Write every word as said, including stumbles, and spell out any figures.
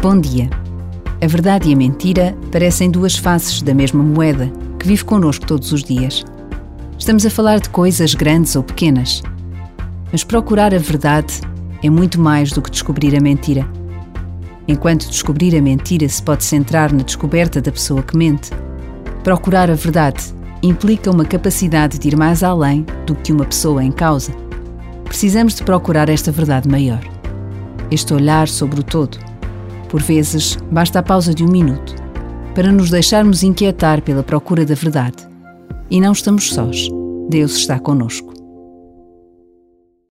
Bom dia. A verdade e a mentira parecem duas faces da mesma moeda que vive connosco todos os dias. Estamos a falar de coisas grandes ou pequenas. Mas procurar a verdade é muito mais do que descobrir a mentira. Enquanto descobrir a mentira se pode centrar na descoberta da pessoa que mente, procurar a verdade implica uma capacidade de ir mais além do que uma pessoa em causa. Precisamos de procurar esta verdade maior, este olhar sobre o todo. Por vezes, basta a pausa de um minuto para nos deixarmos inquietar pela procura da verdade. E não estamos sós. Deus está conosco.